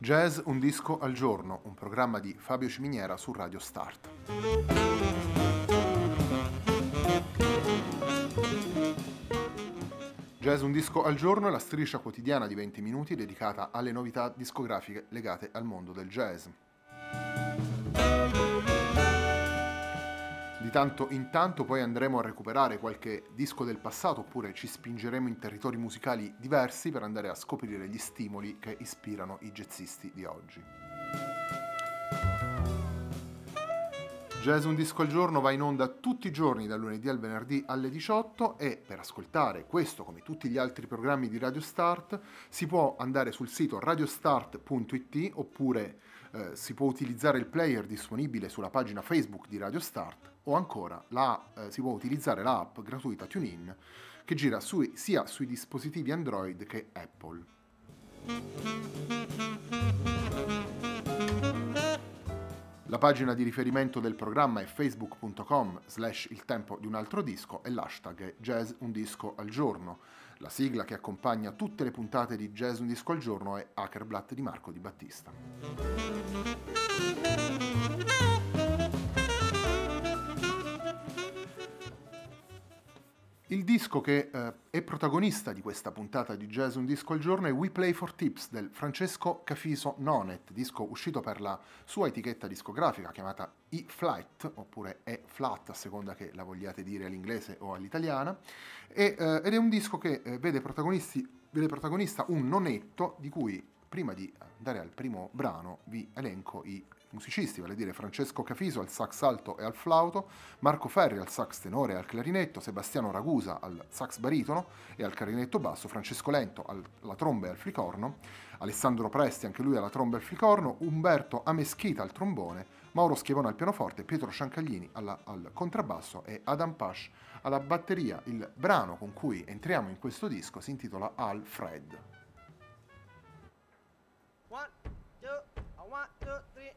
Jazz un disco al giorno, un programma di Fabio Ciminiera su Radio Start. Jazz un disco al giorno è la striscia quotidiana di 20 minuti dedicata alle novità discografiche legate al mondo del jazz. Di tanto in tanto poi andremo a recuperare qualche disco del passato oppure ci spingeremo in territori musicali diversi per andare a scoprire gli stimoli che ispirano i jazzisti di oggi. Jazz un disco al giorno va in onda tutti i giorni dal lunedì al venerdì alle 18 e per ascoltare questo come tutti gli altri programmi di Radio Start si può andare sul sito radiostart.it oppure si può utilizzare il player disponibile sulla pagina Facebook di Radio Start o ancora si può utilizzare l'app gratuita TuneIn che gira sia sui dispositivi Android che Apple. La pagina di riferimento del programma è facebook.com/il tempo di un altro disco e l'hashtag è Jazz un disco al giorno. La sigla che accompagna tutte le puntate di Jazz un disco al giorno è Akerblatt di Marco Di Battista. Il disco che è protagonista di questa puntata di Jazz un disco al giorno è We Play for Tips del Francesco Cafiso Nonet, disco uscito per la sua etichetta discografica chiamata E-Flat, oppure E-Flat a seconda che la vogliate dire all'inglese o all'italiana, ed è un disco che vede protagonista un nonetto di cui prima di andare al primo brano vi elenco i musicisti, vale a dire Francesco Cafiso al sax alto e al flauto, Marco Ferri al sax tenore e al clarinetto, Sebastiano Ragusa al sax baritono e al clarinetto basso, Francesco Lento alla tromba e al flicorno, Alessandro Presti anche lui alla tromba e al flicorno, Umberto Ameschita al trombone, Mauro Schiavone al pianoforte, Pietro Ciancaglini al contrabbasso e Adam Pash alla batteria. Il brano con cui entriamo in questo disco si intitola Alfred. 1, 2, 1, 2, 3,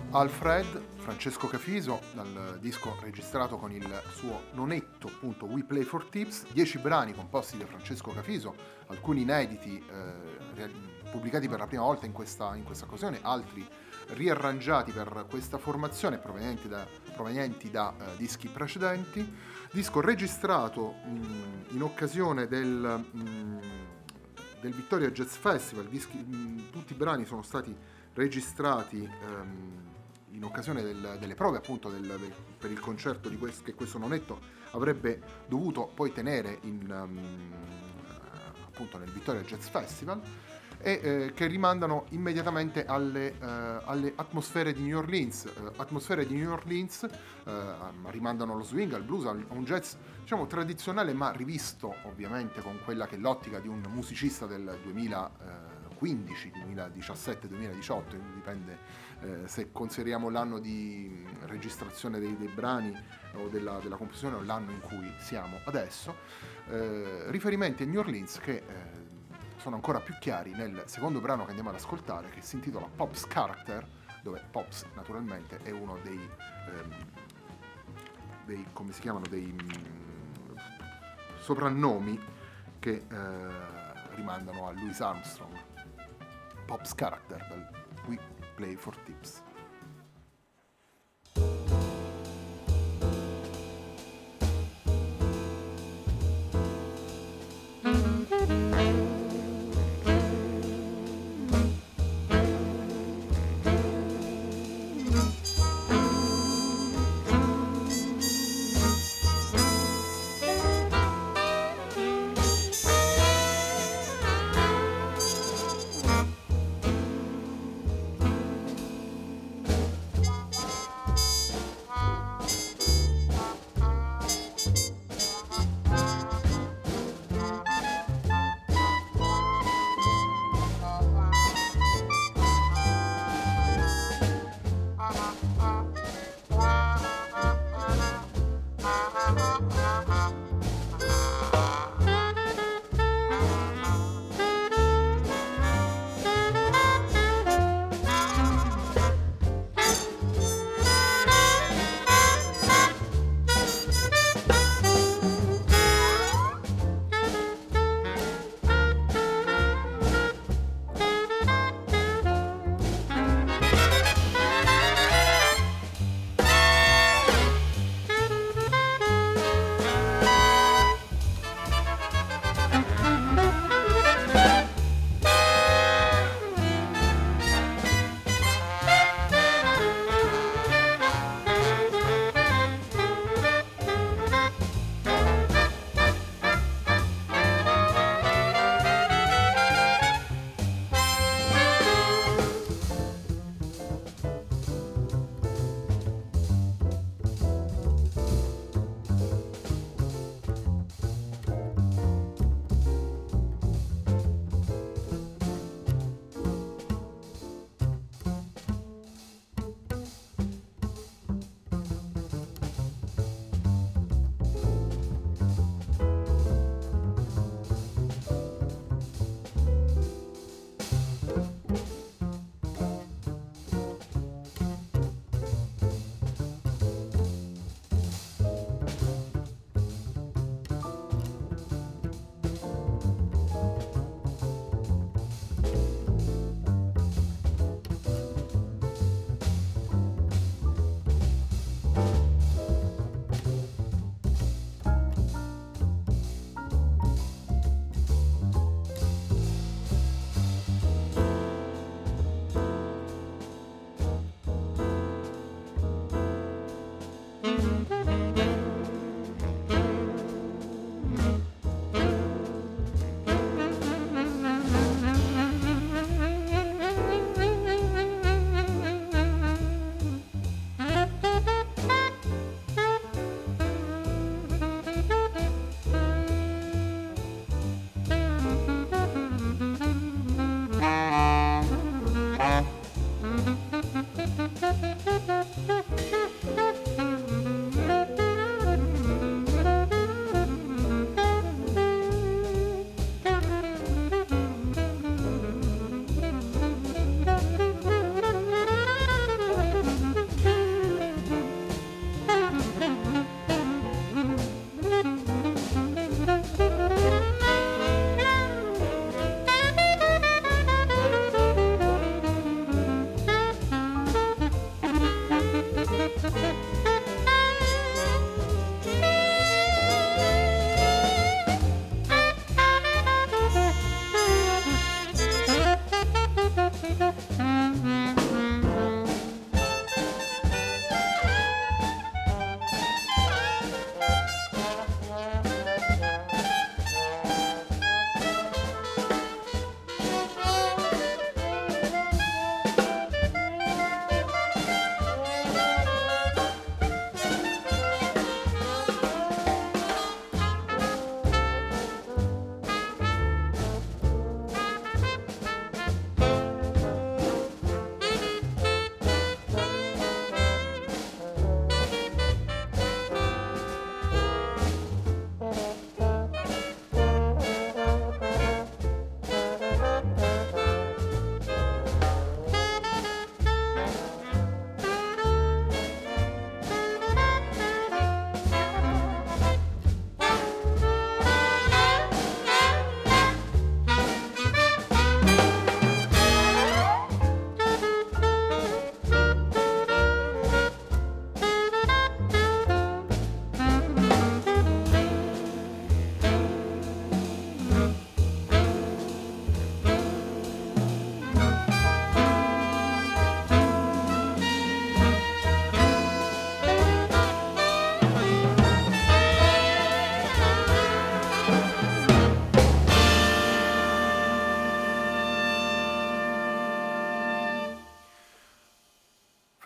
Alfred, Francesco Cafiso, dal disco registrato con il suo nonetto, appunto, We Play for Tips, 10 brani composti da Francesco Cafiso, alcuni inediti, pubblicati per la prima volta in questa occasione, altri riarrangiati per questa formazione provenienti da dischi precedenti, disco registrato in occasione del Victoria Jazz Festival. Tutti i brani sono stati registrati in occasione delle prove, appunto, per il concerto che questo nonetto avrebbe dovuto poi tenere appunto nel Victoria Jazz Festival, e che rimandano immediatamente alle atmosfere di New Orleans, rimandano allo swing, al blues, a un jazz, diciamo, tradizionale, ma rivisto ovviamente con quella che è l'ottica di un musicista del 2015, 2017, 2018, dipende se consideriamo l'anno di registrazione dei brani o della composizione o l'anno in cui siamo adesso. Riferimenti a New Orleans che sono ancora più chiari nel secondo brano che andiamo ad ascoltare, che si intitola Pop's Character, dove Pops naturalmente è uno dei come si chiamano, dei soprannomi che rimandano a Louis Armstrong. Pop's Character dal We Play for Tips.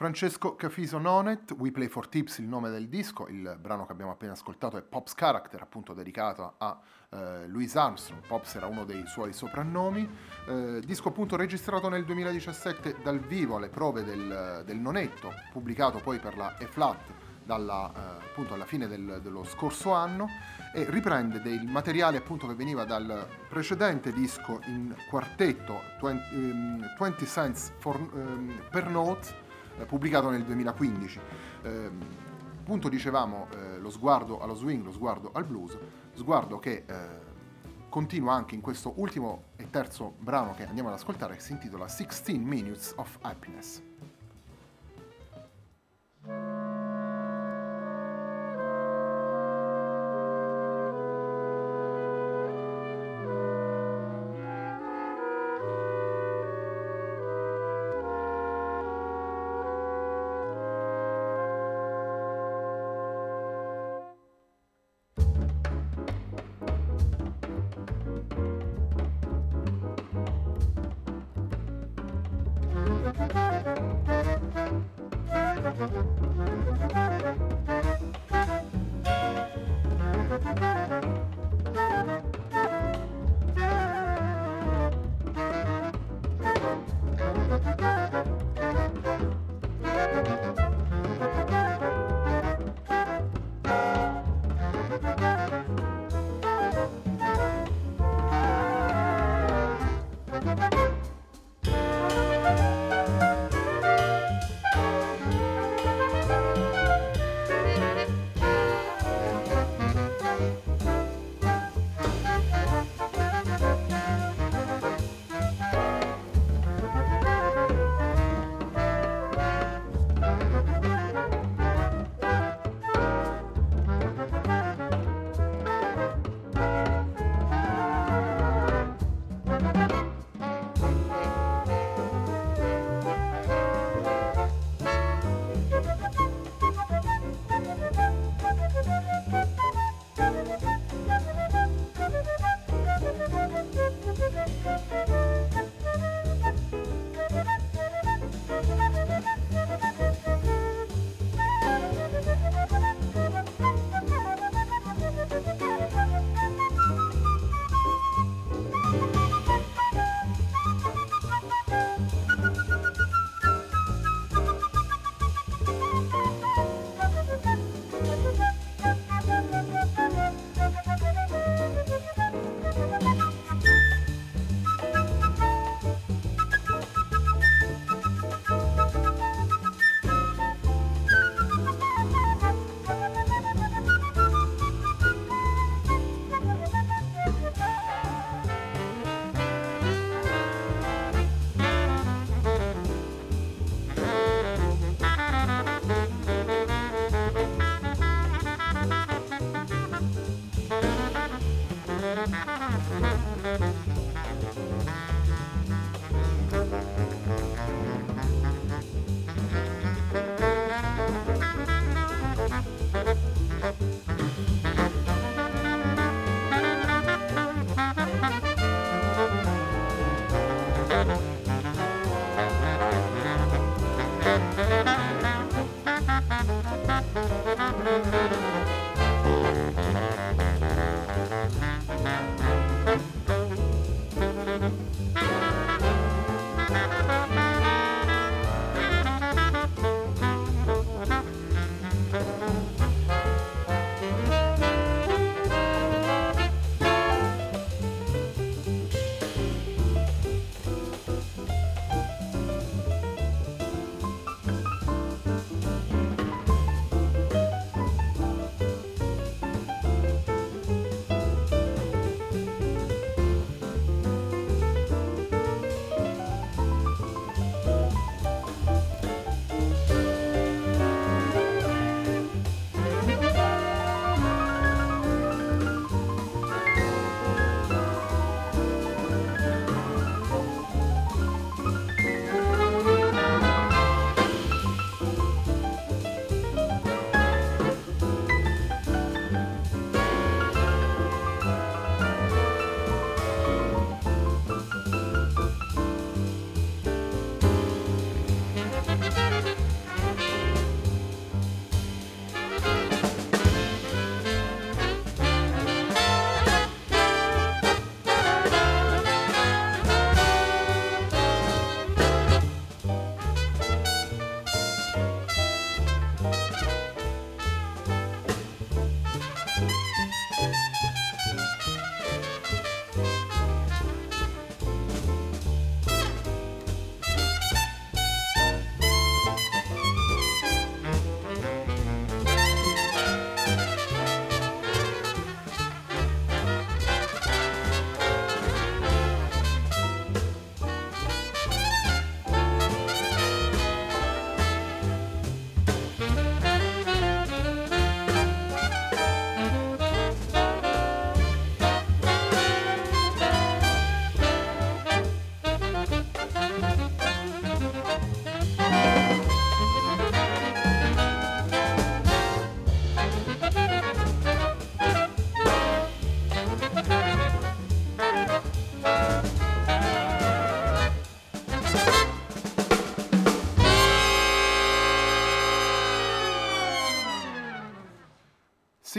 Francesco Cafiso Nonet, We Play for Tips, il nome del disco, il brano che abbiamo appena ascoltato è Pop's Character, appunto dedicato a Louis Armstrong. Pops era uno dei suoi soprannomi, disco appunto registrato nel 2017 dal vivo alle prove del nonetto, pubblicato poi per la E-Flat appunto alla fine dello scorso anno, e riprende del materiale appunto che veniva dal precedente disco in quartetto 20 Cents per Note, pubblicato nel 2015. Appunto dicevamo lo sguardo allo swing, lo sguardo al blues, sguardo che continua anche in questo ultimo e terzo brano che andiamo ad ascoltare, che si intitola 16 Minutes of Happiness.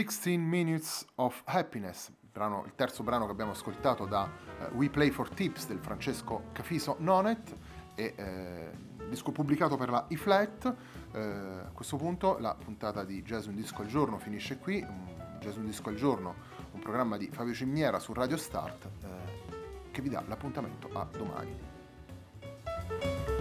16 Minutes of Happiness, il terzo brano che abbiamo ascoltato da We Play for Tips del Francesco Cafiso Nonet, disco pubblicato per la E-Flat. A questo punto la puntata di Jazz Un Disco al Giorno finisce qui. Jazz Un Disco al Giorno, un programma di Fabio Cimmiera su Radio Start, che vi dà l'appuntamento a domani.